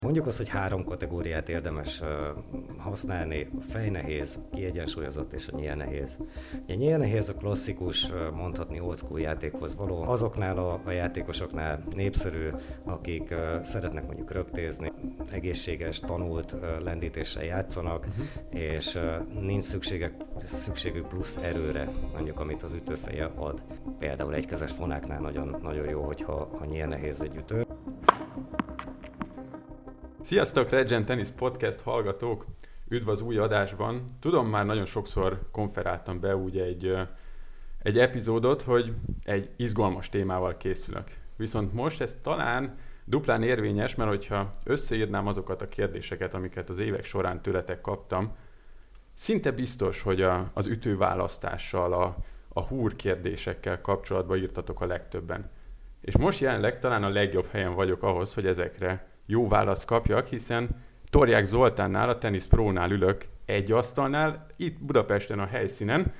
Mondjuk azt, hogy 3 kategóriát érdemes használni: a fejnehéz, kiegyensúlyozott és a nyílnehéz. A nyílnehéz a klasszikus, mondhatni old school játékhoz való. Azoknál a játékosoknál népszerű, akik szeretnek mondjuk rögtézni, egészséges, tanult lendítéssel játszanak, és nincs szükségük plusz erőre, mondjuk amit az ütőfeje ad. Például egykezes fonáknál nagyon jó, hogyha nyílnehéz egy ütő. Sziasztok, Regent Tennis Podcast hallgatók! Üdv az új adásban. Tudom, már nagyon sokszor konferáltam be úgy egy epizódot, hogy egy izgalmas témával készülök. Viszont most ez talán duplán érvényes, mert hogyha összeírnám azokat a kérdéseket, amiket az évek során tőletek kaptam, szinte biztos, hogy az ütőválasztással, a húr kérdésekkel kapcsolatban írtatok a legtöbben. És most jelenleg talán a legjobb helyen vagyok ahhoz, hogy ezekre jó választ kapjak, hiszen Torják Zoltánnál, a Tennis Pro-nál ülök egy asztalnál, itt Budapesten a helyszínen,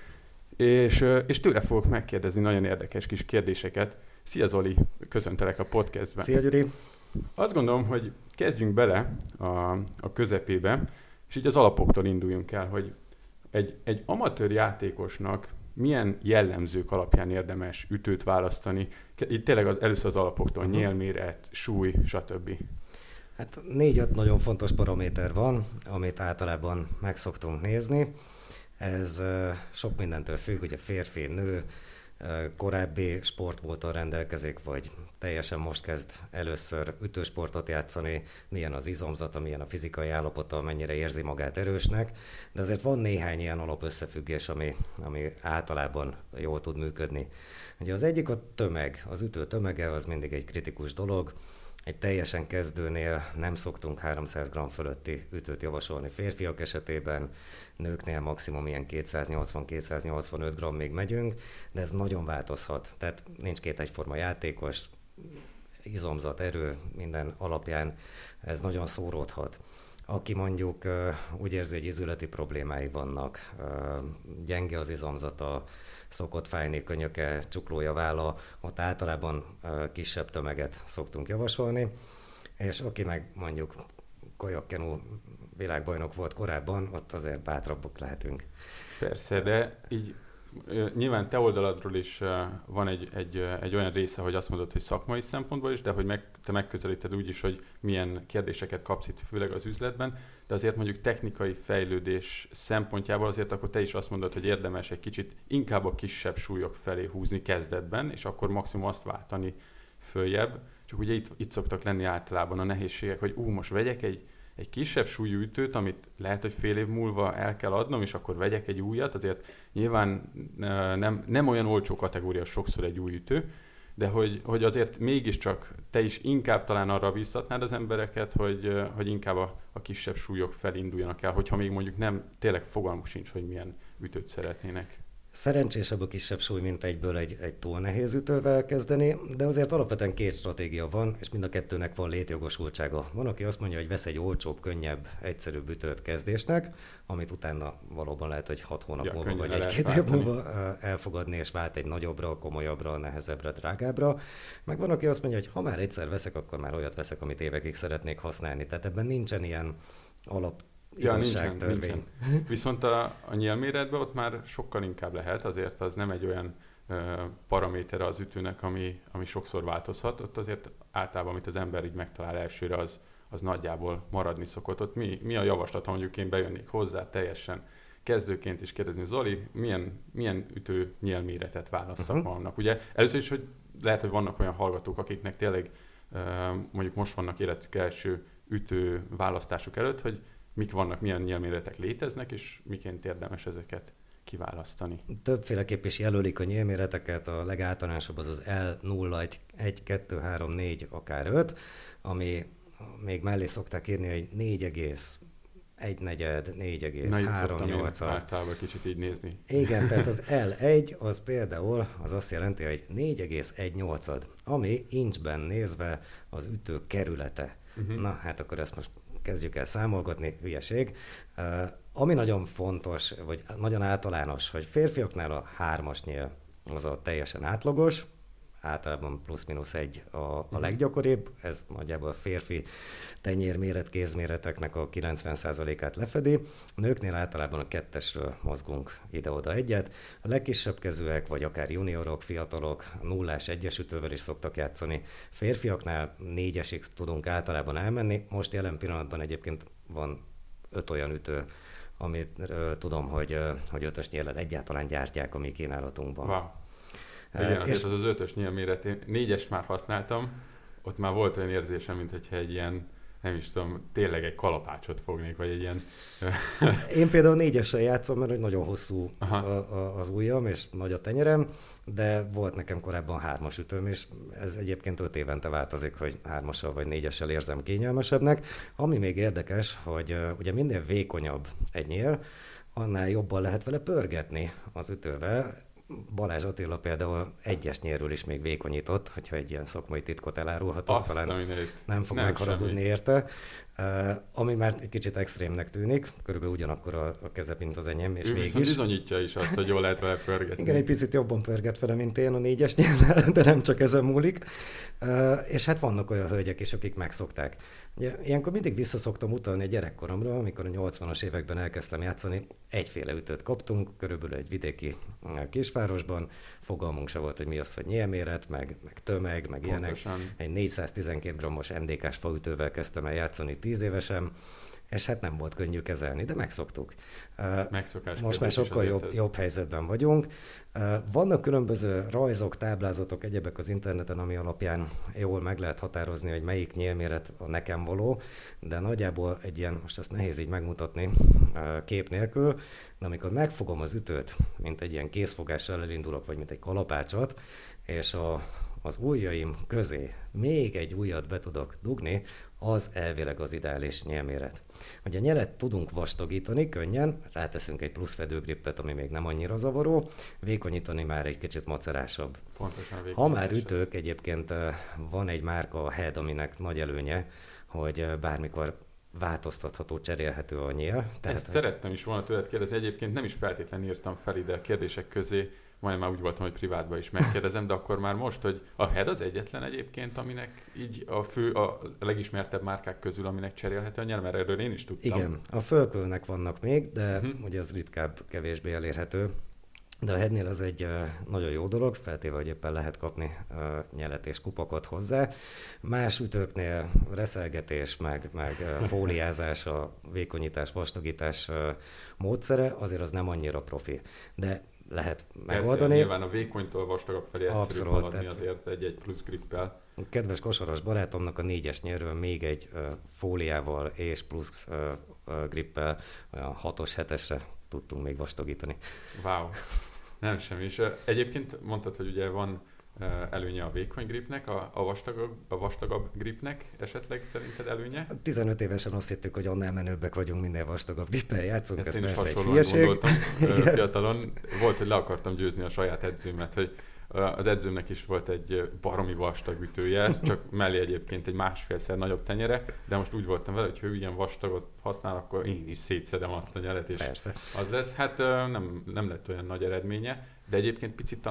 és tőle fogok megkérdezni nagyon érdekes kis kérdéseket. Szia Zoli, köszöntelek a podcastben. Szia Gyuri! Azt gondolom, hogy kezdjünk bele a közepébe, és így az alapoktól induljunk el, hogy egy amatőr játékosnak milyen jellemzők alapján érdemes ütőt választani. Itt tényleg először az alapoktól, nyélméret, súly, stb. Hát 4-5 nagyon fontos paraméter van, amit általában meg szoktunk nézni. Ez sok mindentől függ, ugye férfi, nő, korábbi sportmódtal rendelkezik, vagy teljesen most kezd először ütősportot játszani, milyen az izomzata, milyen a fizikai állapota, mennyire érzi magát erősnek, de azért van néhány ilyen alapösszefüggés, ami általában jól tud működni. Ugye az egyik a tömeg, az ütő tömege, az mindig egy kritikus dolog. Egy teljesen kezdőnél nem szoktunk 300 g fölötti ütőt javasolni férfiak esetében, nőknél maximum ilyen 280-285 g még megyünk, de ez nagyon változhat. Tehát nincs két egyforma játékos, izomzat, erő, minden alapján ez nagyon szóródhat. Aki mondjuk úgy érzi, hogy izületi problémái vannak, gyenge az izomzata, szokott fájni könyöke, csuklója, válla, ott általában kisebb tömeget szoktunk javasolni, és aki meg mondjuk kajakkenú világbajnok volt korábban, ott azért bátrabbak lehetünk. Persze, de így nyilván te oldaladról is van egy olyan része, hogy azt mondod, hogy szakmai szempontból is, de hogy te megközelíted úgy is, hogy milyen kérdéseket kapsz itt, főleg az üzletben, de azért mondjuk technikai fejlődés szempontjából azért akkor te is azt mondod, hogy érdemes egy kicsit inkább a kisebb súlyok felé húzni kezdetben, és akkor maximum azt váltani följebb. Csak ugye itt szoktak lenni általában a nehézségek, hogy most vegyek egy kisebb súlyú ütőt, amit lehet, hogy fél év múlva el kell adnom, és akkor vegyek egy újat, azért nyilván nem olyan olcsó kategória sokszor egy új ütő, de hogy azért mégiscsak te is inkább talán arra biztatnád az embereket, hogy inkább a kisebb súlyok felé induljanak el, hogyha még mondjuk nem, tényleg fogalmuk sincs, hogy milyen ütőt szeretnének. Szerencsésebb a kisebb súly, mint egyből egy túl nehéz ütővel kezdeni, de azért alapvetően 2 stratégia van, és mind a kettőnek van létjogosultsága. Van, aki azt mondja, hogy vesz egy olcsóbb, könnyebb, egyszerűbb ütőt kezdésnek, amit utána valóban lehet, hogy 6 hónap múlva vagy 1-2 év múlva elfogadni, és vált egy nagyobbra, komolyabbra, nehezebbre, drágábbra. Meg van, aki azt mondja, hogy ha már egyszer veszek, akkor már olyat veszek, amit évekig szeretnék használni. Tehát ebben nincsen ilyen nincsen. Viszont a nyílméretben ott már sokkal inkább lehet, azért az nem egy olyan paramétere az ütőnek, ami sokszor változhat. Ott azért általában, amit az ember így megtalál elsőre, az nagyjából maradni szokott. Ott mi a javaslat, ha mondjuk én bejönnék hozzá teljesen kezdőként is kérdezni, Zoli, milyen ütő nyílméretet válasszak magamnak? Ugye először is, hogy lehet, hogy vannak olyan hallgatók, akiknek tényleg mondjuk most vannak életük első ütő választásuk előtt, hogy mik vannak, milyen nyílméretek léteznek, és miként érdemes ezeket kiválasztani. Többféleképp is jelölik a nyílméreteket, a legáltalánosabb az L0, 1, 2, 3, 4, akár 5, ami még mellé szokták írni, hogy 4,1 negyed, 4,3 általában kicsit így nézni. Igen, tehát az L1 az például az azt jelenti, hogy 4,1/8, ami inchben nézve az ütő kerülete. Na, hát akkor ezt most kezdjük el számolgatni, hülyeség. Ami nagyon fontos, vagy nagyon általános, hogy férfiaknál a 3-as nyíl az a teljesen átlagos, általában plusz-minusz 1 a leggyakoribb, ez nagyjából a férfi tenyérméret, kézméreteknek a 90%-át lefedi. A nőknél általában a 2-esről mozgunk ide-oda egyet. A legkisebb kezűek, vagy akár juniorok, fiatalok, a 0-ás 1-es ütővel is szoktak játszani. Férfiaknál 4-esig tudunk általában elmenni. Most jelen pillanatban egyébként van 5 olyan ütő, amit tudom, hogy 5-ös nyéllel egyáltalán gyártják a mi kínálatunkban. Wow. Igen, és az 5-ös nyílméret, én 4-es már használtam, ott már volt olyan érzésem, mint hogyha egy ilyen, nem is tudom, tényleg egy kalapácsot fognék, vagy egy ilyen... Én például 4-essel játszom, mert nagyon hosszú az ujjam, és nagy a tenyerem, de volt nekem korábban 3-as ütőm, és ez egyébként 5 évente változik, hogy 3-assal vagy 4-essel érzem kényelmesebbnek. Ami még érdekes, hogy ugye minél vékonyabb egy nyél, annál jobban lehet vele pörgetni az ütővel. Balázs Attila például 1-es nyérről is még vékonyított, hogyha egy ilyen szakmai titkot elárulhatok, talán nem fog megharagudni érte. Ami már egy kicsit extrémnek tűnik, körülbelül ugyanakkor a keze, mint az enyém, és mégis. Bizonyítja is azt, hogy jól lehet vele pörgetni. Igen, egy picit jobban pörget vele, mint én a 4-es nyérrel, de nem csak ezen múlik. És hát vannak olyan hölgyek is, akik megszokták. Ugye, ilyenkor mindig visszaszoktam utalni a gyerekkoromra, amikor a 80-as években elkezdtem játszani, egyféle ütőt kaptunk, körülbelül egy vidéki kisvárosban, fogalmunk se volt, hogy mi az, hogy nyílméret, meg tömeg, meg ilyenek. Egy 412 grammos NDK-s faütővel kezdtem el játszani 10 évesen, és hát nem volt könnyű kezelni, de megszoktuk. Most már sokkal jobb helyzetben vagyunk. Vannak különböző rajzok, táblázatok, egyebek az interneten, ami alapján jól meg lehet határozni, hogy melyik nyílméret a nekem való, de nagyjából egy ilyen, most ezt nehéz így megmutatni kép nélkül, de amikor megfogom az ütőt, mint egy ilyen készfogással elindulok, vagy mint egy kalapácsot, és az ujjaim közé még egy ujjat be tudok dugni, az elvileg az ideális nyílméret. Ugye a nyelet tudunk vastagítani könnyen, ráteszünk egy plusz fedőgrippet, ami még nem annyira zavaró, vékonyítani már egy kicsit macerásabb. Ha már ütők, egyébként van egy márka, a Head, aminek nagy előnye, hogy bármikor változtatható, cserélhető a nyíl. Ezt szerettem is volna tőled kérdezni, egyébként nem is feltétlenül írtam fel ide a kérdések közé, majdnem már úgy voltam, hogy privátban is megkérdezem, de akkor már most, hogy a Head az egyetlen egyébként, aminek így a legismertebb márkák közül, aminek cserélhető a nyel, mert erről én is tudtam. Igen, a Fölkölnek vannak még, de ugye az ritkább, kevésbé elérhető. De a Headnél az egy nagyon jó dolog, feltéve, hogy éppen lehet kapni nyelet és kupakot hozzá. Más ütőknél reszelgetés, meg fóliázás, a vékonyítás, vastagítás módszere, azért az nem annyira profi. De lehet megoldani. Nyilván a vékonytól vastagabb felé egyszerűbb haladni azért egy plusz grippel. A kedves kosaras barátomnak a 4-es nyerről még egy fóliával és plusz grippel olyan 6-os, 7-esre tudtunk még vastagítani. Wow, nem semmi. És egyébként mondtad, hogy ugye van előnye a vékony gripnek, a vastagabb gripnek esetleg szerinted előnye? 15 évesen azt hittük, hogy annál menőbbek vagyunk, minél vastagabb grippel játszunk, ez persze egy hülyeség. Gondoltam fiatalon. Volt, hogy le akartam győzni a saját edzőmet, hogy az edzőmnek is volt egy baromi vastag ütője, csak mellé egyébként egy másfélszer nagyobb tenyere, de most úgy voltam vele, hogy ha ő ilyen vastagot használ, akkor én is szétszedem azt a nyelet, és persze. Az lesz. Hát nem lett olyan nagy eredménye, de egyébként picit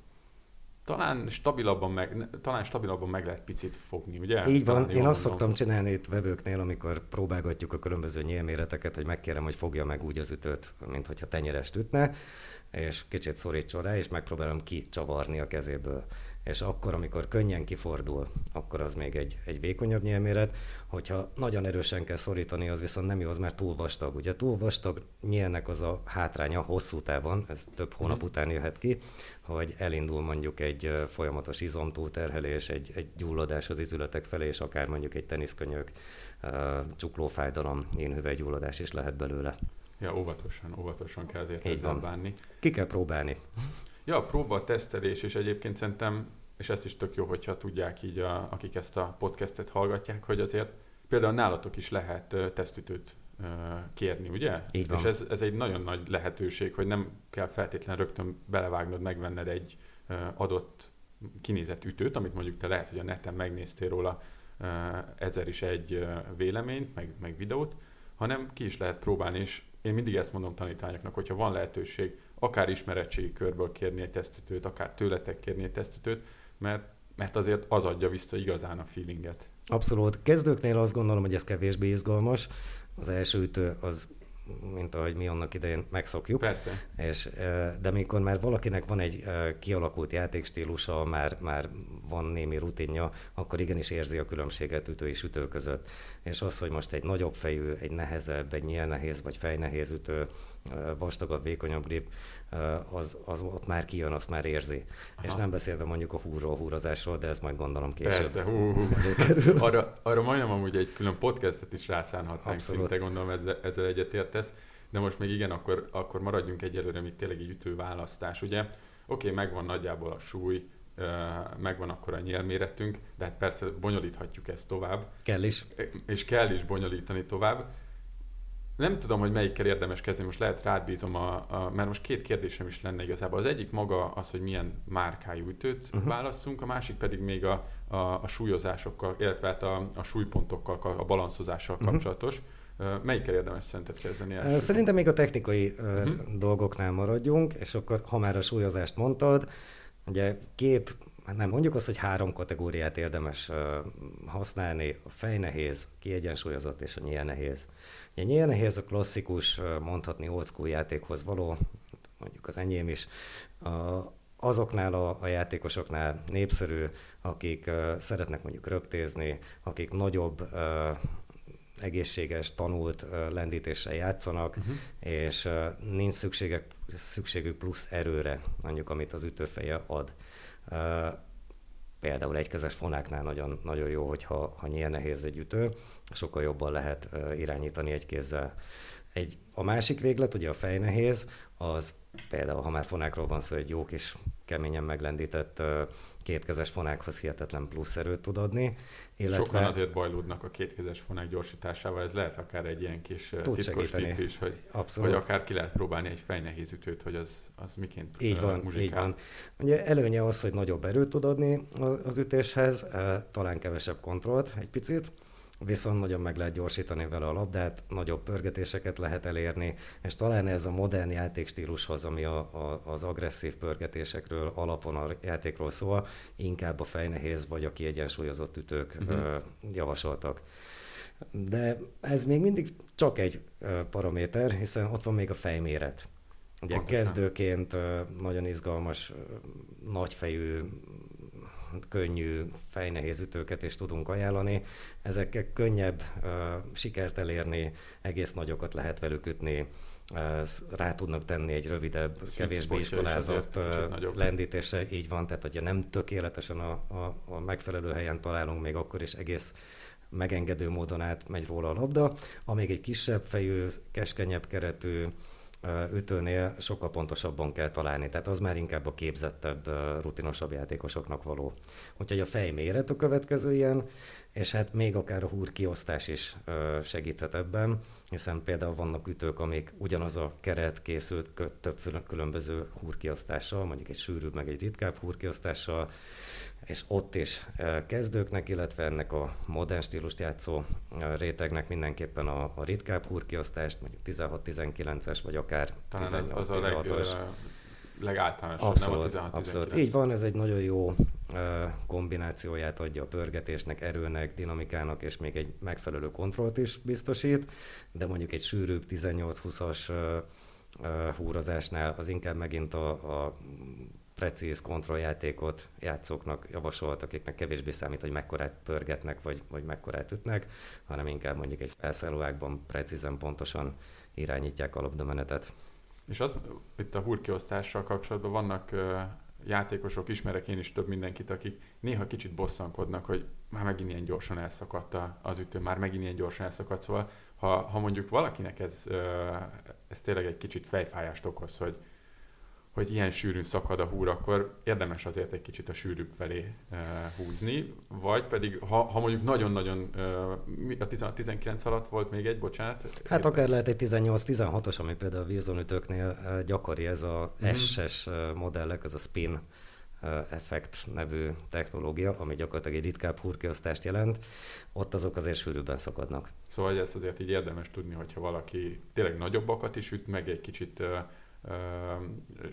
talán stabilabban meg lehet picit fogni, ugye? Így van, én azt szoktam csinálni itt vevőknél, amikor próbálgatjuk a különböző nyílméreteket, hogy megkérem, hogy fogja meg úgy az ütőt, mint hogyha tenyerest ütne, és kicsit szorítson rá, és megpróbálom kicsavarni a kezéből. És akkor, amikor könnyen kifordul, akkor az még egy vékonyabb nyílméret. Hogyha nagyon erősen kell szorítani, az viszont nem jó, az már túl vastag. Ugye túl vastag nyílnek az a hátránya hosszú távon, ez több hónap után jöhet ki, hogy elindul mondjuk egy folyamatos izomtúlterhelés, egy gyulladás az izületek felé, és akár mondjuk egy teniszkönyök, csuklófájdalom, énhüvelygyulladás is lehet belőle. Ja, óvatosan kell azért ezzel bánni. Ki kell próbálni. Ja, próba, tesztelés, és egyébként szerintem, és ezt is tök jó, hogyha tudják így, akik ezt a podcastet hallgatják, hogy azért például nálatok is lehet tesztütőt kérni, ugye? Így van. És ez egy nagyon nagy lehetőség, hogy nem kell feltétlenül rögtön belevágnod, megvenned egy adott kinézett ütőt, amit mondjuk te lehet, hogy a neten megnéztél róla 1001 véleményt, meg videót, hanem ki is lehet próbálni, és én mindig ezt mondom tanítványoknak, hogyha van lehetőség akár ismeretségi körből kérni egy tesztütőt, akár tőletek kérni egy tesztütőt, mert azért az adja vissza igazán a feelinget. Abszolút. Kezdőknél azt gondolom, hogy ez kevésbé izgalmas. Az első ütő az, mint ahogy mi annak idején megszokjuk. Persze. De mikor már valakinek van egy kialakult játékstílusa, már van némi rutinja, akkor igenis érzi a különbséget ütő és ütő között. És az, hogy most egy nagyobb fejű, egy nyílnehéz vagy fejnehéz ütő, vastagabb, vékonyabb grip, az ott már kijön, azt már érzi. Aha. És nem beszélve mondjuk a húrozásról, de ez majd gondolom később. Persze, arra majdnem amúgy egy külön podcastet is rászánhatnánk, szinte gondolom ezzel egyetértesz. De most még igen, akkor maradjunk egyelőre, még tényleg egy ütőválasztás, ugye? Oké, megvan nagyjából a súly, megvan akkor a nyélméretünk, de hát persze bonyolíthatjuk ezt tovább. Kell is. És kell is bonyolítani tovább. Nem tudom, hogy melyikkel érdemes kezdeni, most lehet rád bízom, mert most két kérdésem is lenne igazából. Az egyik maga az, hogy milyen márkájú ütőt válasszunk, a másik pedig még a súlyozásokkal, illetve hát a súlypontokkal, a balanszozással kapcsolatos. Melyikkel érdemes szerinted kezdeni elsőként? Szerintem még a technikai dolgoknál maradjunk, és akkor, ha már a súlyozást mondtad, ugye mondjuk azt, hogy 3 kategóriát érdemes használni, a fejnehéz, kiegyensúlyozott és a nyílnehéz. A nyílnehéz a klasszikus, mondhatni old school játékhoz való, mondjuk az enyém is, azoknál a játékosoknál népszerű, akik szeretnek mondjuk röptézni, akik nagyobb, egészséges, tanult lendítéssel játszanak, és nincs szükségük plusz erőre, mondjuk amit az ütőfeje ad. Például egykezes fonáknál nagyon, nagyon jó, hogyha nyílnehéz egy ütő, sokkal jobban lehet irányítani egy kézzel. A másik véglet, ugye a fejnehéz, az például, ha már fonákról van szó, egy jó kis keményen meglendített kétkezes fonákhoz hihetetlen plusz erőt tud adni. Illetve sokan azért bajlódnak a kétkezes fonák gyorsításával, ez lehet akár egy ilyen kis titkos tipp is, hogy akár ki lehet próbálni egy fejnehéz ütőt, hogy az miként muzsikál. Így van. Ugye előnye az, hogy nagyobb erőt tud adni az ütéshez, talán kevesebb kontrollt egy picit, viszont nagyon meg lehet gyorsítani vele a labdát, nagyobb pörgetéseket lehet elérni, és talán ez a modern játékstílushoz, ami az agresszív pörgetésekről, alapon a játékról szól, inkább a fejnehéz vagy a kiegyensúlyozott ütők javasoltak. De ez még mindig csak egy paraméter, hiszen ott van még a fejméret. Ugye pontosan. Kezdőként nagyon izgalmas, nagyfejű, könnyű, fejnehéz ütőket is tudunk ajánlani. Ezekkel könnyebb sikert elérni, egész nagyokat lehet velük ütni, rá tudnak tenni egy rövidebb, kevésbé iskolázott lendítésre, így van, tehát hogyha nem tökéletesen a megfelelő helyen találunk, még akkor is egész megengedő módon átmegy róla a labda, amíg egy kisebb fejű, keskenyebb keretű ütőnél sokkal pontosabban kell találni, tehát az már inkább a képzettebb, rutinosabb játékosoknak való. Úgyhogy a fejméret a következő ilyen, és hát még akár a húrkiosztás is segíthet ebben, hiszen például vannak ütők, amik ugyanaz a keret készült több különböző húrkiosztással, mondjuk egy sűrűbb, meg egy ritkább húrkiosztással, és ott is kezdőknek, illetve ennek a modern stílust játszó rétegnek mindenképpen a ritkább húrkiosztást, mondjuk 16-19-es, vagy akár 18-16-os. Legáltalánosabb, abszolút, nem a 16-19. Abszolút. Így van, ez egy nagyon jó kombinációját adja a pörgetésnek, erőnek, dinamikának, és még egy megfelelő kontrollt is biztosít, de mondjuk egy sűrűbb 18-20-as húrozásnál az inkább megint a precíz kontrolljátékot játszóknak javasolt, akiknek kevésbé számít, hogy mekkorát pörgetnek, vagy mekkorát ütnek, hanem inkább mondjuk egy felszállóágban precízen, pontosan irányítják a labdamenetet. És itt a húrkiosztással kapcsolatban vannak játékosok, ismerek én is több mindenkit, akik néha kicsit bosszankodnak, hogy már megint ilyen gyorsan elszakadt az ütő, már megint ilyen gyorsan elszakadt, szóval ha mondjuk valakinek ez tényleg egy kicsit fejfájást okoz, hogy ilyen sűrűn szakad a húr, akkor érdemes azért egy kicsit a sűrűbb felé húzni, vagy pedig, ha mondjuk nagyon-nagyon, a 16-19 alatt volt még egy, bocsánat? Hát akár lehet egy 18-16-os, ami például a Wilson-ütőknél gyakori, ez a SS modellek, ez a spin effekt nevű technológia, ami gyakorlatilag egy ritkább húrkiosztást jelent, ott azok azért sűrűbben szakadnak. Szóval ezt azért így érdemes tudni, hogyha valaki tényleg nagyobbakat is üt, meg egy kicsit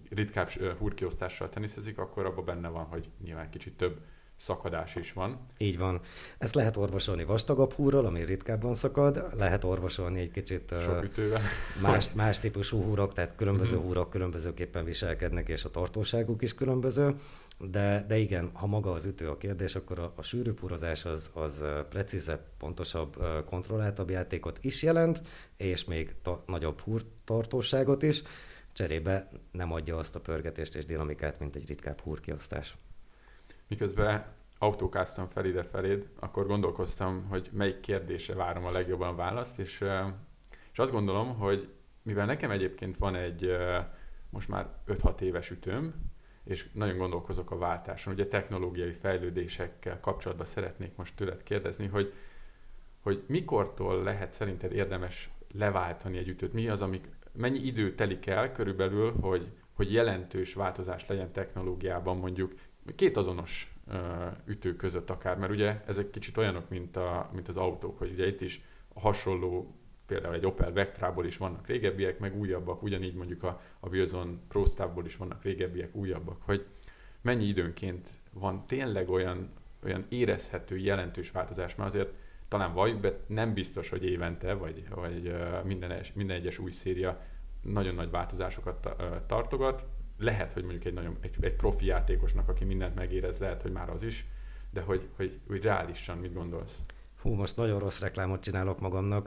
ritkább húrkiosztással teniszezik, akkor abban benne van, hogy nyilván kicsit több szakadás is van. Így van. Ezt lehet orvosolni vastagabb húrral, ami ritkábban szakad, lehet orvosolni egy kicsit sok ütővel. Más típusú húrok, tehát különböző húrok különbözőképpen viselkednek, és a tartóságuk is különböző. De igen, ha maga az ütő a kérdés, akkor a sűrűbb húrozás az precízebb, pontosabb, kontrolláltabb játékot is jelent, és még nagyobb húrtartóságot is. Cserébe nem adja azt a pörgetést és dinamikát, mint egy ritkább húrkiosztás. Miközben autókáztam fel ide-feléd, akkor gondolkoztam, hogy melyik kérdésre várom a legjobban a választ, és azt gondolom, hogy mivel nekem egyébként van egy most már 5-6 éves ütőm, és nagyon gondolkozok a váltáson, ugye technológiai fejlődésekkel kapcsolatban szeretnék most tőled kérdezni, hogy mikortól lehet szerinted érdemes leváltani egy ütőt? Mi az, mennyi idő telik el körülbelül, hogy jelentős változás legyen technológiában, mondjuk két azonos ütő között akár, mert ugye ezek kicsit olyanok, mint az autók, hogy ugye itt is a hasonló, például egy Opel Vectrából is vannak régebbiek, meg újabbak, ugyanígy mondjuk a Wilson Pro Staffból is vannak régebbiek, újabbak, hogy mennyi időnként van tényleg olyan érezhető, jelentős változás, mert azért talán valljuk be, nem biztos, hogy évente, vagy minden egyes új széria nagyon nagy változásokat tartogat. Lehet, hogy mondjuk egy profi játékosnak, aki mindent megérez, lehet, hogy már az is, de hogy reálisan mit gondolsz? Hú, most nagyon rossz reklámot csinálok magamnak.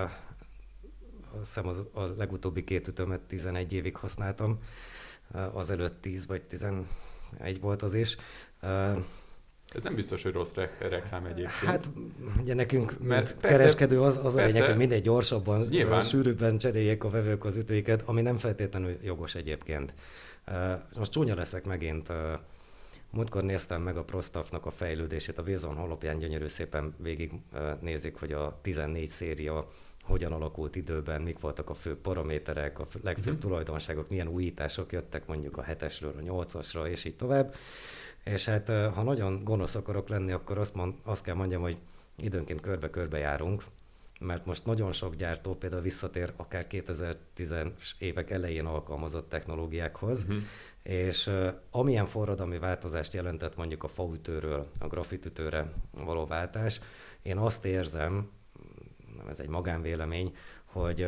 Azt hiszem a legutóbbi 2 ütömet 11 évig használtam. Azelőtt 10 vagy 11 volt az is. Ez nem biztos, hogy rossz reklám egyébként. Hát ugye nekünk, mint persze, kereskedő, az a lényeg, hogy minél gyorsabban, nyilván sűrűbben cseréljék a vevők az ütőiket, ami nem feltétlenül jogos egyébként. Most csúnya leszek megint. Múltkor néztem meg a Pro Staffnak a fejlődését, a Wilson honlapján gyönyörű szépen végig nézik, hogy a 14 széria hogyan alakult időben, mik voltak a fő paraméterek, a legfőbb tulajdonságok, milyen újítások jöttek mondjuk a 7-esről a 8-asra, és így tovább. És hát ha nagyon gonosz akarok lenni, akkor azt kell mondjam, hogy időnként körbe-körbe járunk, mert most nagyon sok gyártó például visszatér akár 2010-es évek elején alkalmazott technológiákhoz, és amilyen forradalmi változást jelentett mondjuk a faütőről a grafitütőre való váltás, én azt érzem, ez egy magánvélemény, hogy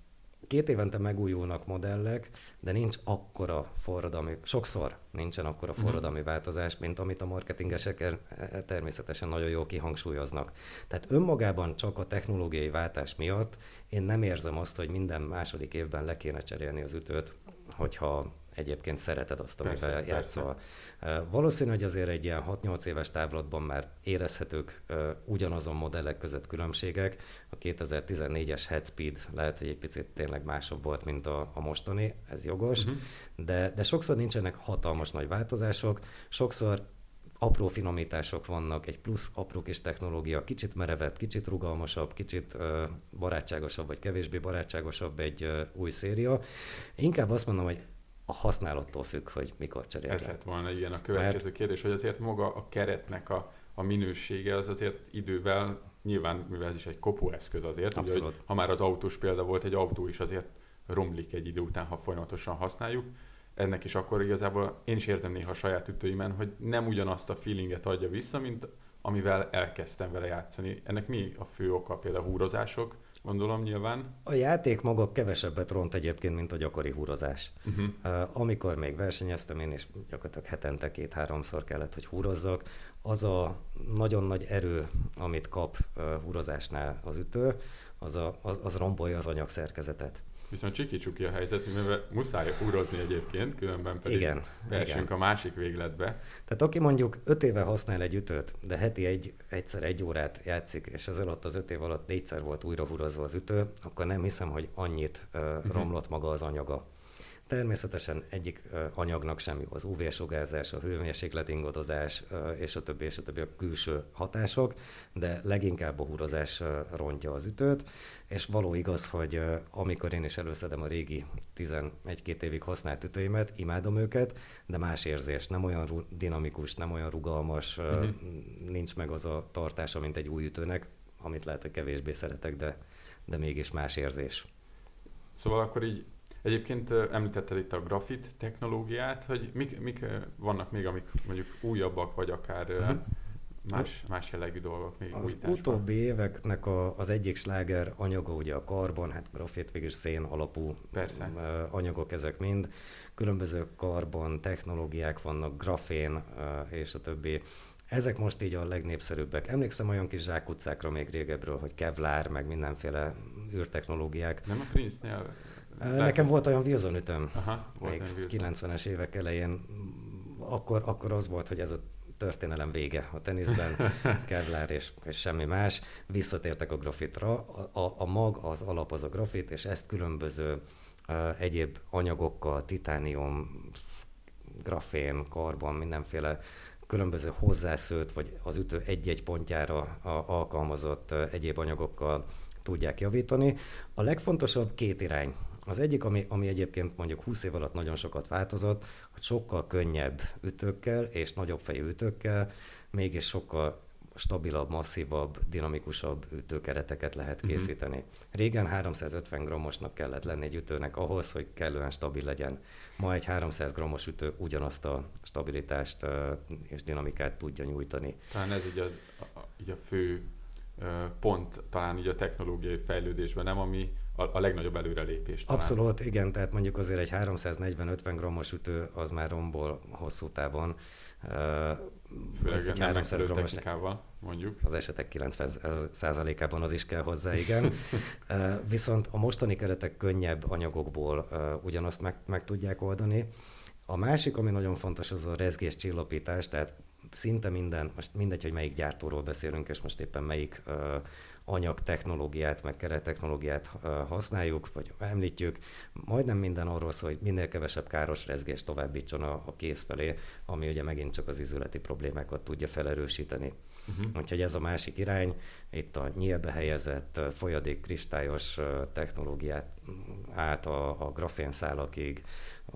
2 évente megújulnak modellek, de nincs akkora forradalmi, sokszor nincsen akkora forradalmi változás, mint amit a marketingesek természetesen nagyon jól kihangsúlyoznak. Tehát önmagában csak a technológiai váltás miatt én nem érzem azt, hogy minden második évben le kéne cserélni az ütőt, hogyha egyébként szereted azt, amivel játszol. Valószínű, hogy azért egy ilyen 6-8 éves távlatban már érezhetők ugyanazon modellek között különbségek. A 2014-es Headspeed lehet, hogy egy picit tényleg másabb volt, mint a mostani, ez jogos, de sokszor nincsenek hatalmas nagy változások, sokszor apró finomítások vannak, egy plusz apró kis technológia, kicsit merevebb, kicsit rugalmasabb, kicsit barátságosabb, vagy kevésbé barátságosabb egy új széria. Inkább azt mondom, hogy a használattól függ, hogy mikor cseréled. Ez lett volna ilyen a következő kérdés, hogy azért maga a keretnek a minősége az azért idővel, nyilván, mivel ez is egy kopóeszköz azért, ugye, hogy ha már az autós példa volt, egy autó is azért romlik egy idő után, ha folyamatosan használjuk. Ennek is akkor igazából én is érzem néha a saját ütőimen, hogy nem ugyanazt a feelinget adja vissza, mint amivel elkezdtem vele játszani. Ennek mi a fő oka? Például a húrozások, gondolom nyilván. A játék maga kevesebbet ront egyébként, mint a gyakori húrozás. Amikor még versenyeztem, én is gyakorlatilag hetente 2-3-szor kellett, hogy húrozzak. Az a nagyon nagy erő, amit kap húrozásnál az ütő, az rombolja az anyagszerkezetet. Viszont csiki-csuki a helyzet, mivel muszáj húrozni egyébként, különben pedig beesünk a másik végletbe. Tehát aki mondjuk 5 éve használ egy ütőt, de heti egyszer 1 órát játszik, és az alatt az 5 év alatt 4-szer volt újra húrozva az ütő, akkor nem hiszem, hogy annyit romlott maga az anyaga. Természetesen egyik anyagnak sem jó az UV-sugárzás, a hőmérséklet ingadozás, és a többi a külső hatások, de leginkább a húrozás rontja az ütőt, és való igaz, hogy amikor én is előszedem a régi 11-2 évig használt ütőimet, imádom őket, de más érzés, nem olyan dinamikus, nem olyan rugalmas, nincs meg az a tartása, mint egy új ütőnek, amit lehet, hogy kevésbé szeretek, de mégis más érzés. Szóval akkor így Egyébként említetted itt a grafit technológiát, hogy mik vannak még, amik mondjuk újabbak, vagy akár más jellegű dolgok még az újításban? utóbbi éveknek az egyik sláger anyaga ugye a karbon, hát grafit végülis szén alapú Persze. anyagok ezek mind. Különböző karbon technológiák vannak, grafén és a többi. Ezek most így a legnépszerűbbek. Emlékszem olyan kis zsákutcákra még régebről, hogy kevlár, meg mindenféle űrtechnológiák. Nem a Prince-nél? Nekem volt olyan Wilson ütöm, volt még 90-es évek elején. Akkor az volt, hogy ez a történelem vége a teniszben, kevlár és semmi más. Visszatértek a grafitra. A mag, az alap az a grafit, és ezt különböző egyéb anyagokkal, titánium, grafén, karbon, mindenféle különböző hozzászőtt, vagy az ütő egy-egy pontjára alkalmazott egyéb anyagokkal tudják javítani. A legfontosabb két irány. Az egyik, ami egyébként mondjuk 20 év alatt nagyon sokat változott, hogy sokkal könnyebb ütőkkel és nagyobb fejű ütőkkel, mégis sokkal stabilabb, masszívabb, dinamikusabb ütőkereteket lehet készíteni. Régen 350 grammosnak kellett lenni egy ütőnek ahhoz, hogy kellően stabil legyen. Ma egy 300 grammos ütő ugyanazt a stabilitást és dinamikát tudja nyújtani. Talán ez így a fő pont talán így a technológiai fejlődésben, nem, ami a legnagyobb előrelépés talán. Abszolút, igen, tehát mondjuk azért egy 340-50 grammos ütő az már rombol hosszú távon. Főleg egy 300 grammos technikával, mondjuk. Az esetek 90%-ában az is kell hozzá, igen. Viszont a mostani keretek könnyebb anyagokból ugyanazt meg tudják oldani. A másik, ami nagyon fontos, az a rezgés csillapítás, tehát szinte minden, most mindegy, hogy melyik gyártóról beszélünk, és most éppen melyik anyagtechnológiát, meg kerettechnológiát használjuk, vagy említjük, majdnem minden arról szól, hogy minél kevesebb káros rezgést továbbítson a kéz felé, ami ugye megint csak az izületi problémákat tudja felerősíteni. Úgyhogy ez a másik irány, itt a nyílbe helyezett folyadék kristályos technológiát át a grafénszálakig,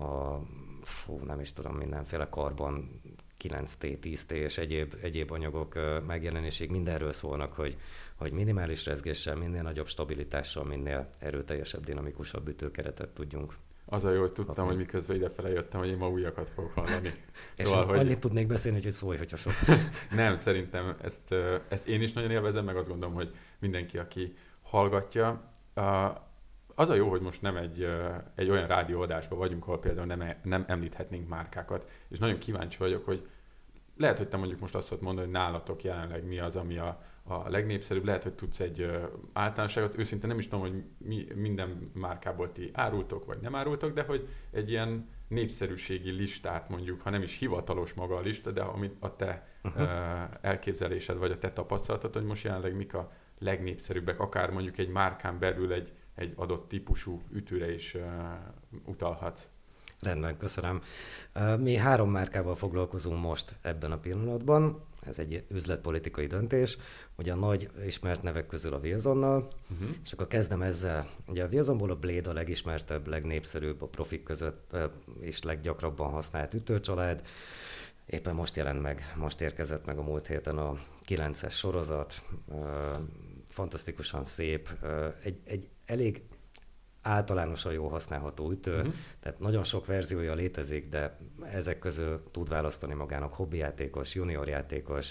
nem is tudom, mindenféle karbon, 9T, 10T és egyéb anyagok megjelenésig mindenről szólnak, hogy minimális rezgéssel, minél nagyobb stabilitással, minél erőteljesebb, dinamikusabb ütőkeretet tudjunk. Az a jó, hogy tudtam, hogy miközben idefele jöttem, hogy én ma újakat fogok hallani. Szóval, és annyit tudnék beszélni, hogy szólj, hogyha sok. Nem, szerintem ezt én is nagyon élvezem, meg azt gondolom, hogy mindenki, aki hallgatja. Az a jó, hogy most nem egy olyan rádióadásban vagyunk, ahol például nem említhetnénk márkákat, és nagyon kíváncsi vagyok, hogy lehet, hogy te mondjuk most azt tudod mondani, hogy nálatok jelenleg mi az, ami a legnépszerűbb, lehet, hogy tudsz egy általánosságot, őszintén nem is tudom, hogy minden márkából ti árultok, vagy nem árultok, de hogy egy ilyen népszerűségi listát mondjuk, ha nem is hivatalos maga a lista, de amit a te elképzelésed, vagy a te tapasztalatod, hogy most jelenleg mik a legnépszerűbbek, akár mondjuk egy márkán belül egy adott típusú ütőre is utalhatsz. Rendben, köszönöm. Mi 3 márkával foglalkozunk most ebben a pillanatban. Ez egy üzletpolitikai döntés. Ugye a nagy ismert nevek közül a Wilsonnal, és akkor kezdem ezzel. Ugye a Wilsonból a Blade a legismertebb, legnépszerűbb, a profik között és leggyakrabban használt ütőcsalád. Éppen most érkezett meg a múlt héten a 9-es sorozat. Fantasztikusan szép, egy elég általánosan jól használható ütő, tehát nagyon sok verziója létezik, de ezek közül tud választani magának hobbijátékos, juniorjátékos,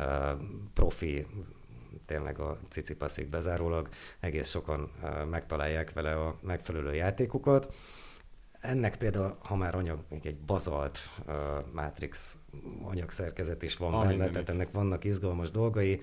profi, tényleg a cicipaszig bezárólag, egész sokan megtalálják vele a megfelelő játékokat. Ennek például, ha már anyag, még egy bazalt Matrix anyagszerkezet is van benne, tehát ennek vannak izgalmas dolgai.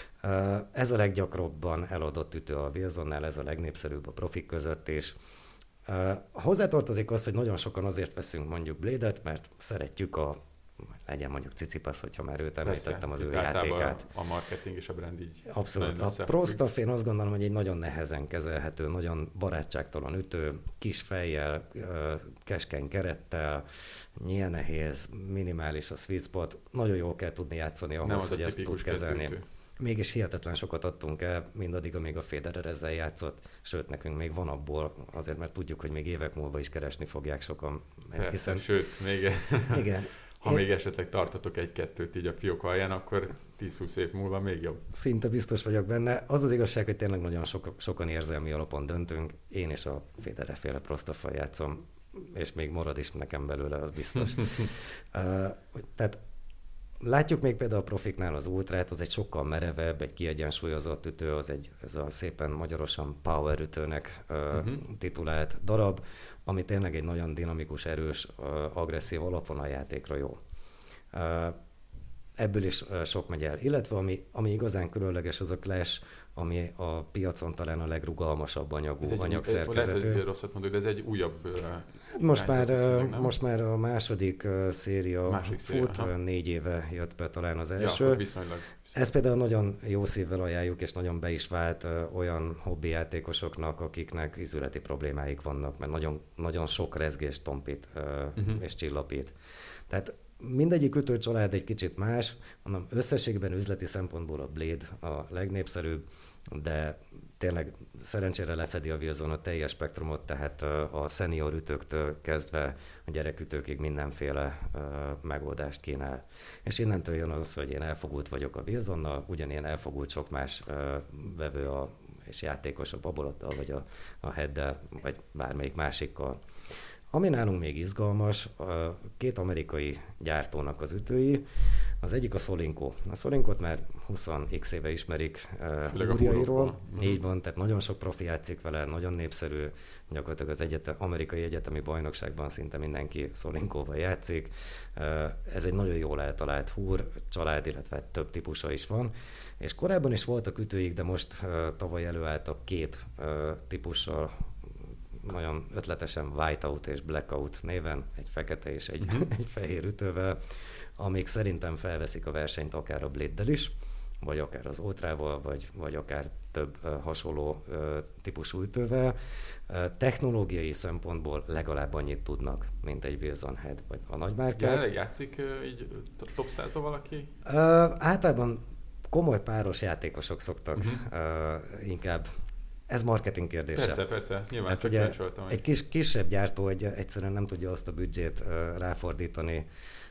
Ez a leggyakrabban eladott ütő a Wilsonnál, ez a legnépszerűbb a profik között is. Hozzátartozik az, hogy nagyon sokan azért veszünk mondjuk Blade-et, mert szeretjük legyen mondjuk Cicipas, hogyha már őt említettem, az ő játékát. A marketing és a brand így. Abszolút. A Pro Staff, én azt gondolom, hogy egy nagyon nehezen kezelhető, nagyon barátságtalan ütő, kis fejjel, keskeny kerettel, nyíl nehéz, minimális a sweet spot, nagyon jól kell tudni játszani ahhoz, hogy ezt tud kezelni. Kezdőtő. Mégis hihetetlen sokat adtunk el, mindaddig, amíg a Federer ezzel játszott, sőt, nekünk még van abból, azért mert tudjuk, hogy még évek múlva is keresni fogják sokan. Persze, sőt, még... Igen. Ha még esetleg tartotok egy-kettőt így a fiók alján, akkor 10-20 év múlva még jobb. Szinte biztos vagyok benne. Az az igazság, hogy tényleg nagyon sokan érzelmi alapon döntünk. Én is a Federer-féle Prostafal játszom, és még marad is nekem belőle, az biztos. Tehát látjuk még például a profiknál az ultrát, az egy sokkal merevebb, egy kiegyensúlyozott ütő, ez a szépen magyarosan power ütőnek titulált darab, ami tényleg egy nagyon dinamikus, erős, agresszív alapvonaljátékra jó. Ebből is sok megy el. Illetve ami igazán különleges, az a Clash, ami a piacon talán a legrugalmasabb anyagszerkezetű. Lehet, hogy rosszat mondok, de ez egy újabb... Most már a második széria fut, 4 éve jött be talán az első. Ja, viszonylag. Ezt például nagyon jó szívvel ajánljuk, és nagyon be is vált olyan hobbi játékosoknak, akiknek ízületi problémáik vannak, mert nagyon, nagyon sok rezgést tompít és csillapít. Tehát mindegyik ütőcsalád egy kicsit más, mondom, összességben üzleti szempontból a Blade a legnépszerűbb, de tényleg szerencsére lefedi a Wilson a teljes spektrumot, tehát a senior ütőktől kezdve a gyerekütőkig mindenféle megoldást kínál. És innentől jön az, hogy én elfogult vagyok a Wilsonnal, ugyanilyen elfogult sok más vevő és játékos a Babolattal, vagy a Headdel, vagy bármelyik másikkal. Ami nálunk még izgalmas, a 2 amerikai gyártónak az az egyik a Solinco. A Solincot már 20x éve ismerik úrjairól. Így van, tehát nagyon sok profi játszik vele, nagyon népszerű, gyakorlatilag az amerikai egyetemi bajnokságban szinte mindenki Solincóval játszik. Ez egy nagyon jól eltalált húr, család, illetve több típusa is van. És korábban is voltak ütőik, de most tavaly előálltak 2 típussal, nagyon ötletesen Whiteout és Blackout néven, egy fekete és egy fehér ütővel, amik szerintem felveszik a versenyt akár a Blade-del is, vagy akár az Ultrával, vagy akár több hasonló típusú ütővel. Technológiai szempontból legalább annyit tudnak, mint egy Wilson Head vagy a nagymárkák. Jelenleg játszik így top 100-ba valaki? Általában komoly páros játékosok szoktak inkább. Ez marketing kérdése. Persze, nyilván hát csak ugye javasoltam. Egy kisebb gyártó egyszerűen nem tudja azt a büdzsét ráfordítani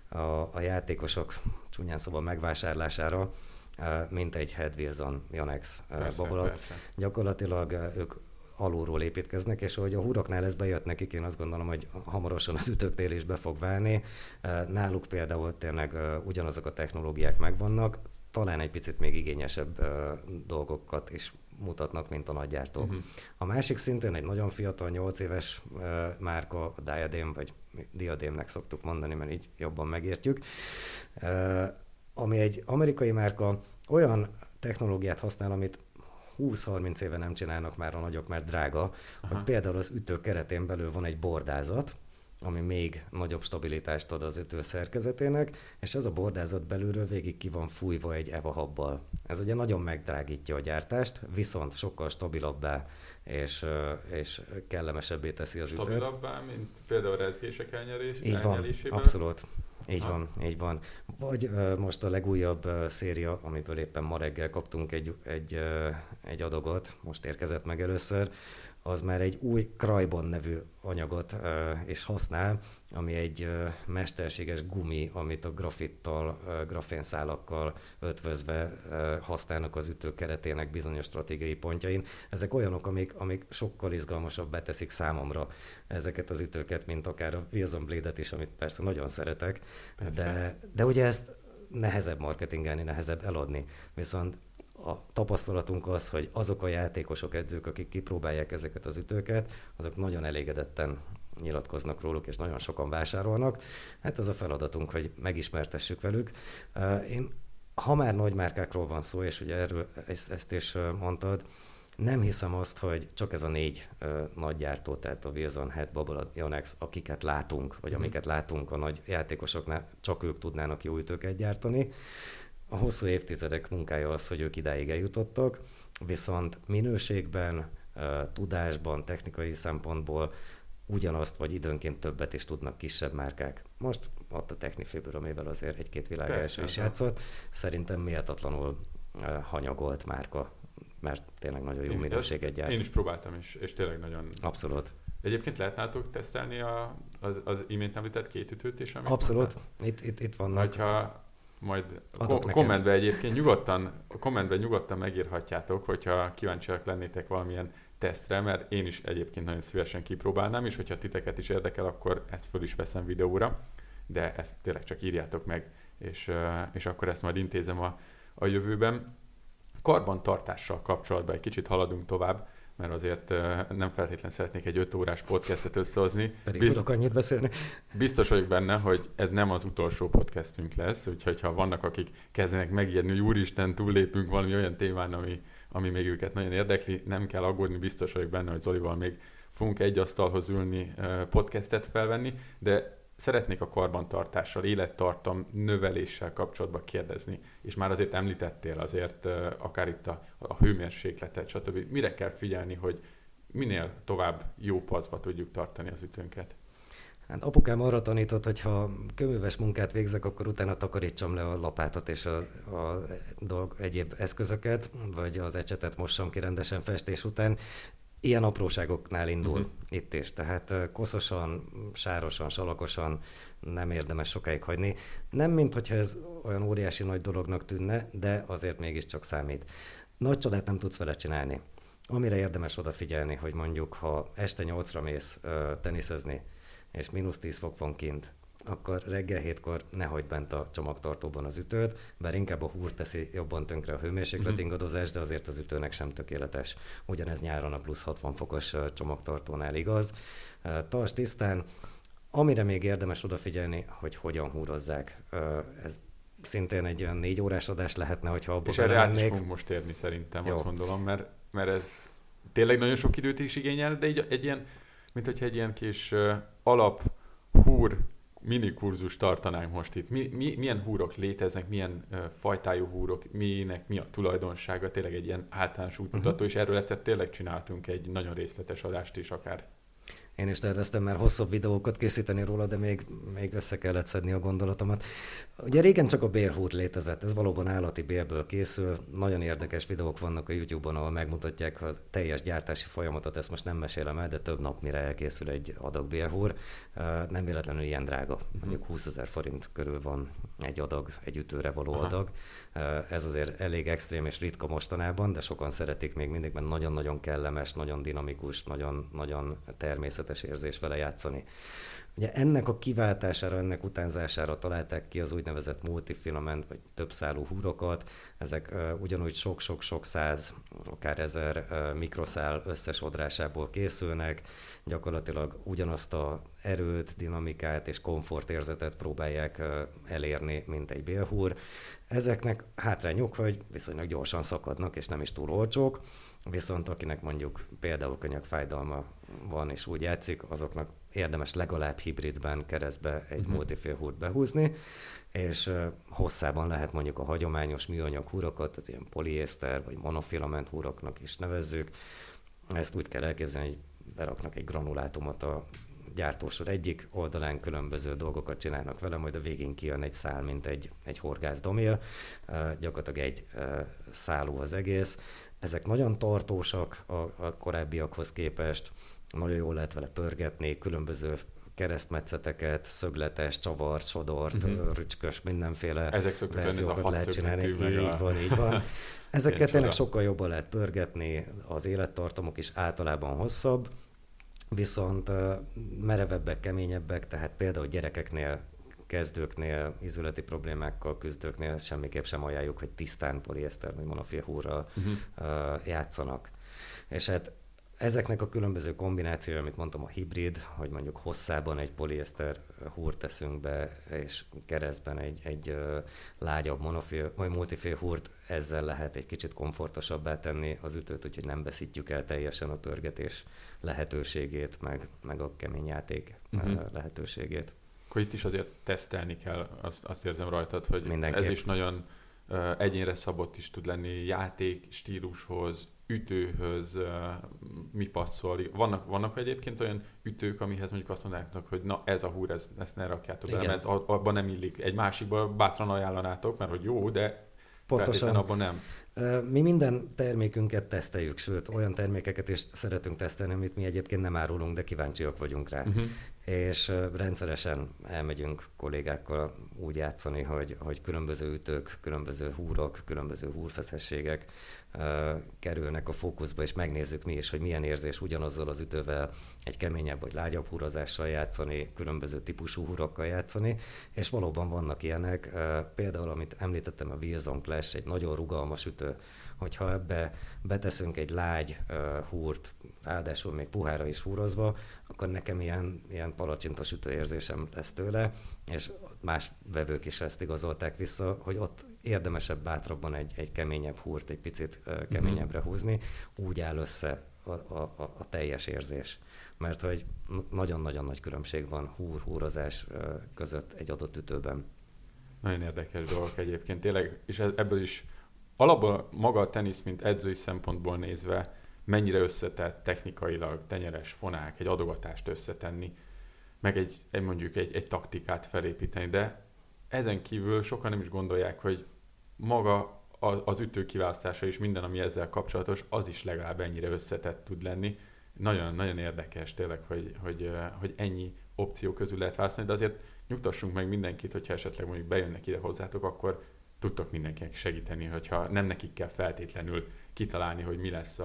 a játékosok csúnyán szóval megvásárlására, mint egy Head Wilson Yonex Babolat. Gyakorlatilag ők alulról építkeznek, és ahogy a húroknál ez bejött nekik, én azt gondolom, hogy hamarosan az ütőknél is be fog válni. Náluk például tényleg ugyanazok a technológiák megvannak, talán egy picit még igényesebb dolgokat is mutatnak, mint a nagygyártók. A másik szintén egy nagyon fiatal, 8 éves márka, a Diadem, vagy Diademnek szoktuk mondani, mert így jobban megértjük, ami egy amerikai márka, olyan technológiát használ, amit 20-30 éve nem csinálnak már a nagyok, mert drága, hogy például az ütő keretén belül van egy bordázat, ami még nagyobb stabilitást ad az ütő szerkezetének, és ez a bordázat belülről végig ki van fújva egy EVA habbal. Ez ugye nagyon megdrágítja a gyártást, viszont sokkal stabilabbá és kellemesebbé teszi az ütőt. Stabilabbá, mint például rezgések Így van, abszolút. Így van. Vagy most a legújabb széria, amiből éppen ma reggel kaptunk egy adagot, most érkezett meg először, az már egy új Krajban nevű anyagot is használ, ami egy mesterséges gumi, amit a grafittal, grafénszálakkal ötvözve használnak az ütő keretének bizonyos stratégiai pontjain. Ezek olyanok, amik sokkal izgalmasabbá teszik számomra ezeket az ütőket, mint akár a Wilson Blade-et is, amit persze nagyon szeretek, de ugye ezt nehezebb marketingelni, nehezebb eladni. Viszont a tapasztalatunk az, hogy azok a játékosok, edzők, akik kipróbálják ezeket az ütőket, azok nagyon elégedetten nyilatkoznak róluk, és nagyon sokan vásárolnak. Hát az a feladatunk, hogy megismertessük velük. Ha már nagy márkákról van szó, és ugye erről ezt is mondtad, nem hiszem azt, hogy csak ez a 4 nagy gyártó, tehát a Wilson, Head, Babolat, Yonex, akiket látunk, vagy amiket látunk a nagy játékosoknál, csak ők tudnának jó ütőket gyártani. A hosszú évtizedek munkája az, hogy ők idáig eljutottak, viszont minőségben, tudásban, technikai szempontból ugyanazt, vagy időnként többet is tudnak kisebb márkák. Most ott a Techniféből, amivel azért 1-2 világ első is játszott, szerintem méltatlanul hanyagolt márka, mert tényleg nagyon jó minőséget gyárt. Én is próbáltam, és tényleg nagyon... Abszolút. Egyébként lehet nálatok tesztelni az imént említett 2 ütőt is? Abszolút, itt vannak. Hogyha majd kommentben nyugodtan megírhatjátok, hogyha kíváncsiak lennétek valamilyen tesztre, mert én is egyébként nagyon szívesen kipróbálnám, és hogyha titeket is érdekel, akkor ezt föl is veszem videóra, de ezt tényleg csak írjátok meg, és akkor ezt majd intézem a jövőben. Karbantartással kapcsolatban egy kicsit haladunk tovább, mert azért nem feltétlenül szeretnék egy 5 órás podcastet összehozni. Pedig tudok annyit beszélni. Biztos vagyok benne, hogy ez nem az utolsó podcastünk lesz, úgyhogy ha vannak, akik kezdenek megijedni, hogy úristen, túllépünk valami olyan témán, ami még őket nagyon érdekli, nem kell aggódni, biztos vagyok benne, hogy Zolival még fogunk egy asztalhoz ülni, podcastet felvenni, de szeretnék a karbantartással, élettartam növeléssel kapcsolatban kérdezni, és már azért említettél azért akár itt a hőmérsékletet, stb. Mire kell figyelni, hogy minél tovább jó paszba tudjuk tartani az ütőnket? Hát apukám arra tanított, hogy ha kőműves munkát végzek, akkor utána takarítsam le a lapátot és a egyéb eszközöket, vagy az ecsetet mossam ki rendesen festés után. Ilyen apróságoknál indul itt is, tehát koszosan, sárosan, salakosan nem érdemes sokáig hagyni. Nem, minthogyha ez olyan óriási nagy dolognak tűnne, de azért mégiscsak számít. Nagy csodát nem tudsz vele csinálni. Amire érdemes odafigyelni, hogy mondjuk, ha este 8-ra mész teniszezni, és -10 fok van kint, akkor reggel 7-kor ne hagyd bent a csomagtartóban az ütőt, bár inkább a húr teszi jobban tönkre a hőmérséklet ingadozás, de azért az ütőnek sem tökéletes. Ugyanez nyáron a +60 fokos csomagtartónál igaz. Tartsd tisztán, amire még érdemes odafigyelni, hogy hogyan húrozzák. Ez szintén egy olyan 4 órás adás lehetne, hogyha abba és erre át is fogunk most érni szerintem, azt gondolom, mert ez tényleg nagyon sok időt is igényel, de így egy ilyen, mint hogyha egy ilyen kis alap húr minikurzus tartanánk most itt. Milyen húrok léteznek, milyen fajtájú húrok, minek mi a tulajdonsága, tényleg egy ilyen általános útmutató, és erről egyszer tényleg csináltunk egy nagyon részletes adást is akár. Én is terveztem már hosszabb videókat készíteni róla, de még össze kellett szedni a gondolatomat. Ugye régen csak a bélhúr létezett, ez valóban állati bélből készül. Nagyon érdekes videók vannak a YouTube-on, ahol megmutatják a teljes gyártási folyamatot, ezt most nem mesélem el, de több nap mire elkészül egy adag bélhúr. Nem véletlenül ilyen drága, mondjuk 20 000 forint körül van egy adag, egy ütőre való adag. Ez azért elég extrém és ritka mostanában, de sokan szeretik még mindig, mert nagyon-nagyon kellemes, nagyon dinamikus, nagyon természetes érzés vele játszani. Ugye ennek a kiváltására, ennek utánzására találták ki az úgynevezett multifilament, vagy többszálú húrokat. Ezek ugyanúgy sok-sok-sok száz, akár 1000 mikroszál összesodrásából készülnek. Gyakorlatilag ugyanazt a erőt, dinamikát és komfortérzetet próbálják elérni, mint egy bélhúr. Ezeknek hátrányuk, hogy viszonylag gyorsan szakadnak, és nem is túl olcsók. Viszont akinek mondjuk például könyökfájdalma van és úgy játszik, azoknak érdemes legalább hibridben, keresztbe egy multifélhúrt behúzni, és hosszában lehet mondjuk a hagyományos műanyag húrokat, az ilyen poliészter vagy monofilament húroknak is nevezzük. Ezt úgy kell elképzelni, hogy beraknak egy granulátumot a gyártósor egyik oldalán, különböző dolgokat csinálnak vele, majd a végén kijön egy szál, mint egy horgászdomél, gyakorlatilag egy szálú az egész. Ezek nagyon tartósak a korábbiakhoz képest, nagyon jól lehet vele pörgetni, különböző keresztmetszeteket, szögletes, csavart, sodort, rücskös, mindenféle verziókat lehet csinálni. Így van. Ezeket tényleg sokkal jobban lehet pörgetni, az élettartamok is általában hosszabb, viszont merevebbek, keményebbek, tehát például gyerekeknél, kezdőknél, ízületi problémákkal küzdőknél semmiképp sem ajánljuk, hogy tisztán poliészter vagy monofilhúrral játszanak. És hát ezeknek a különböző kombinációja, amit mondtam, a hibrid, hogy mondjuk hosszában egy poliészter húrt teszünk be, és keresztben egy lágyabb monofil vagy multifél húrt, ezzel lehet egy kicsit komfortosabbá tenni az ütőt, úgyhogy nem veszítjük el teljesen a pörgetés lehetőségét, meg a kemény játék lehetőségét. Akkor itt is azért tesztelni kell, azt érzem rajtad, hogy mindenképp. Ez is nagyon egyénre szabott is tud lenni, játék stílushoz, ütőhöz, mi passzol. Vannak egyébként olyan ütők, amihez mondjuk azt mondanátok, hogy na ez a húr, ezt ne rakjátok bele, mert abban nem illik. Egy másikban bátran ajánlanátok, mert hogy jó, de pontosan abban nem. Mi minden termékünket teszteljük, sőt olyan termékeket is szeretünk tesztelni, amit mi egyébként nem árulunk, de kíváncsiak vagyunk rá. És rendszeresen elmegyünk kollégákkal úgy játszani, hogy különböző ütők, különböző húrok, különböző húrfeszességek kerülnek a fókuszba, és megnézzük mi is, hogy milyen érzés ugyanazzal az ütővel egy keményebb vagy lágyabb húrozással játszani, különböző típusú húrokkal játszani, és valóban vannak ilyenek. Például, amit említettem, a Wilson Clash, egy nagyon rugalmas ütő, hogyha ebbe beteszünk egy lágy húrt, ráadásul még puhára is húrozva, akkor nekem ilyen palacsintos ütőérzésem lesz tőle, és más vevők is ezt igazolták vissza, hogy ott érdemesebb bátrabban egy keményebb húrt egy picit keményebbre húzni, úgy áll össze a teljes érzés. Mert hogy nagyon-nagyon nagy különbség van húrozás között egy adott ütőben. Nagyon érdekes dolgok egyébként, tényleg, és ebből is alapból maga a tenisz, mint edzői szempontból nézve, mennyire összetett technikailag, tenyeres fonák, egy adogatást összetenni, meg mondjuk egy taktikát felépíteni, de ezen kívül sokan nem is gondolják, hogy maga az ütő kiválasztása és minden, ami ezzel kapcsolatos, az is legalább ennyire összetett tud lenni. Nagyon-nagyon érdekes tényleg, hogy ennyi opció közül lehet választani, de azért nyugtassunk meg mindenkit, hogyha esetleg mondjuk bejönnek ide hozzátok, akkor tudtok mindenkinek segíteni, hogyha nem nekik kell feltétlenül kitalálni, hogy mi lesz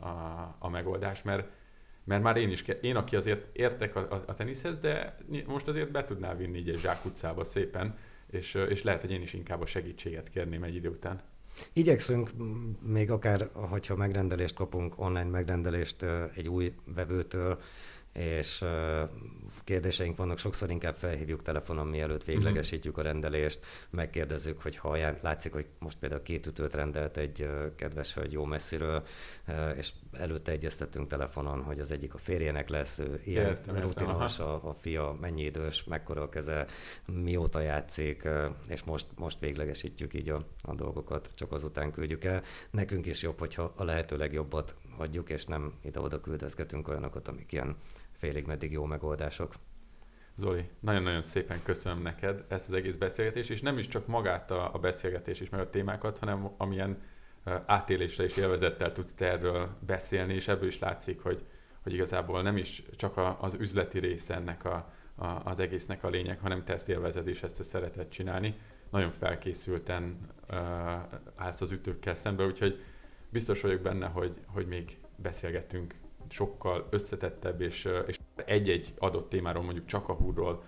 a megoldás, mert már én, aki azért értek a teniszhez, de most azért be tudnál vinni így egy zsákutcába szépen, és lehet, hogy én is inkább a segítséget kérném egy idő után. Igyekszünk még akár, hogyha megrendelést kapunk, online megrendelést egy új vevőtől, és kérdéseink vannak, sokszor inkább felhívjuk telefonon, mielőtt véglegesítjük a rendelést, megkérdezzük, hogy ha látszik, hogy most például 2 ütőt rendelt egy kedves hölgy jó messziről, és előtte egyeztettünk telefonon, hogy az egyik a férjének lesz, ilyen rutinos, a fia mennyi idős, mekkora a keze, mióta játszik, és most véglegesítjük így a dolgokat, csak azután küldjük el. Nekünk is jobb, hogyha a lehető legjobbat adjuk, és nem ide-oda küldözgetünk olyanokat, amik ilyen félig-meddig jó megoldások. Zoli, nagyon-nagyon szépen köszönöm neked ezt az egész beszélgetést, és nem is csak magát a beszélgetés is, meg a témákat, hanem amilyen átélésre és élvezettel tudsz te erről beszélni, és ebből is látszik, hogy igazából nem is csak az üzleti része ennek az egésznek a lényeg, hanem te ezt élvezed és ezt szereted csinálni. Nagyon felkészülten állsz az ütőkkel szembe, úgyhogy biztos vagyok benne, hogy még beszélgetünk sokkal összetettebb, és egy-egy adott témáról, mondjuk csak a húrról,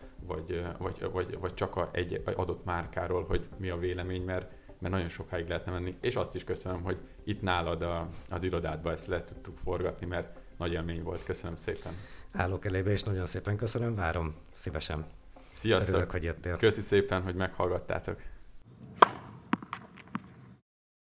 vagy csak egy adott márkáról, hogy mi a vélemény, mert nagyon sokáig lehetne menni. És azt is köszönöm, hogy itt nálad az irodádban ezt le tudtuk forgatni, mert nagy élmény volt. Köszönöm szépen. Állok elébe, és nagyon szépen köszönöm, várom szívesen. Sziasztok! Örülök, hogy jöttél. Köszi szépen, hogy meghallgattátok.